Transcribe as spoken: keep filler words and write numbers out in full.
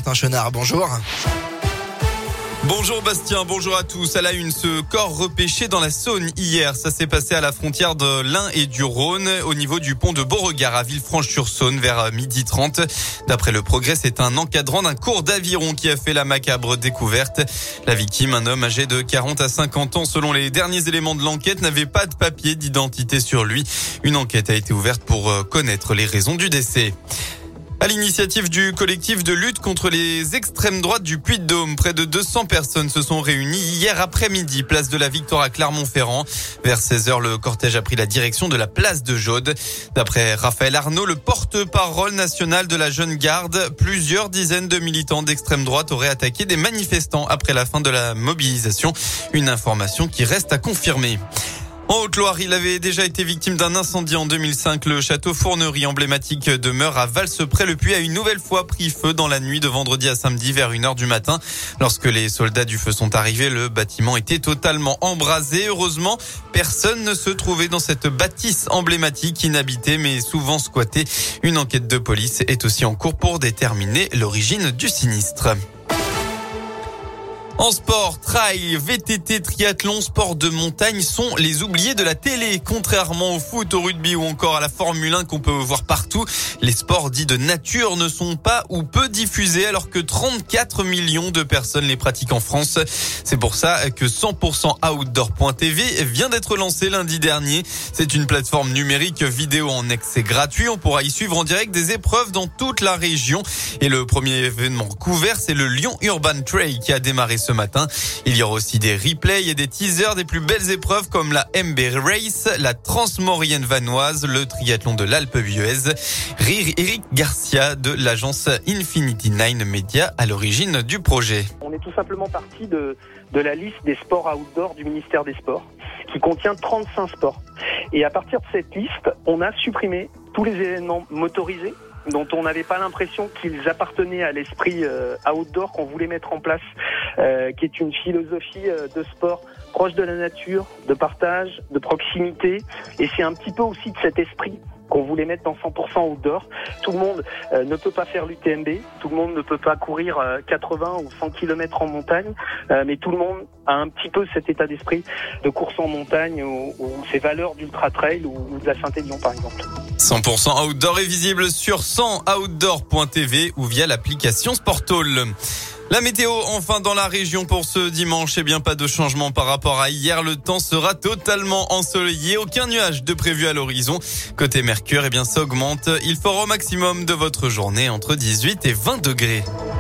Martin Chenard, bonjour. Bonjour Bastien, bonjour à tous. À la une, ce corps repêché dans la Saône hier. Ça s'est passé à la frontière de l'Ain et du Rhône, au niveau du pont de Beauregard à Villefranche-sur-Saône vers midi trente. D'après Le Progrès, c'est un encadrant d'un cours d'aviron qui a fait la macabre découverte. La victime, un homme âgé de quarante à cinquante ans, selon les derniers éléments de l'enquête, n'avait pas de papier d'identité sur lui. Une enquête a été ouverte pour connaître les raisons du décès. À l'initiative du collectif de lutte contre les extrêmes droites du Puy-de-Dôme, près de deux cents personnes se sont réunies hier après-midi, place de la Victoire à Clermont-Ferrand. Vers seize heures, le cortège a pris la direction de la place de Jaude. D'après Raphaël Arnaud, le porte-parole national de la Jeune Garde, plusieurs dizaines de militants d'extrême droite auraient attaqué des manifestants après la fin de la mobilisation. Une information qui reste à confirmer. En Haute-Loire, il avait déjà été victime d'un incendie en deux mille cinq. Le château Fournerie emblématique demeure à Valse-près-le-Puy a une nouvelle fois pris feu dans la nuit de vendredi à samedi vers une heure du matin. Lorsque les soldats du feu sont arrivés, le bâtiment était totalement embrasé. Heureusement, personne ne se trouvait dans cette bâtisse emblématique inhabitée mais souvent squattée. Une enquête de police est aussi en cours pour déterminer l'origine du sinistre. En sport, trail, V T T, triathlon, sport de montagne sont les oubliés de la télé. Contrairement au foot, au rugby ou encore à la Formule un qu'on peut voir partout, les sports dits de nature ne sont pas ou peu diffusés alors que trente-quatre millions de personnes les pratiquent en France. C'est pour ça que cent pour cent outdoor point t v vient d'être lancé lundi dernier. C'est une plateforme numérique vidéo en accès gratuit. On pourra y suivre en direct des épreuves dans toute la région. Et le premier événement couvert, c'est le Lyon Urban Trail qui a démarré ce matin. Il y aura aussi des replays et des teasers des plus belles épreuves comme la M B Race, la Transmaurienne vanoise, le triathlon de l'Alpe d'Huez. Rire Eric Garcia de l'agence Infinity Nine Media à l'origine du projet. On est tout simplement parti de, de la liste des sports outdoor du ministère des Sports qui contient trente-cinq sports. Et à partir de cette liste, on a supprimé tous les événements motorisés dont on n'avait pas l'impression qu'ils appartenaient à l'esprit euh, outdoor qu'on voulait mettre en place, euh, qui est une philosophie euh, de sport proche de la nature, de partage, de proximité. Et c'est un petit peu aussi de cet esprit qu'on voulait mettre dans cent pour cent outdoor. Tout le monde euh, ne peut pas faire l'U T M B, tout le monde ne peut pas courir euh, quatre-vingts ou cent kilomètres en montagne, euh, mais tout le monde a un petit peu cet état d'esprit de course en montagne ou, ou ces valeurs d'ultra trail ou, ou de la Saint-Élion par exemple. cent pour cent outdoor est visible sur cent outdoor point t v ou via l'application Sportall. La météo, enfin, dans la région pour ce dimanche. Eh bien, pas de changement par rapport à hier. Le temps sera totalement ensoleillé. Aucun nuage de prévu à l'horizon. Côté Mercure, eh bien, ça augmente. Il fera au maximum de votre journée entre dix-huit et vingt degrés.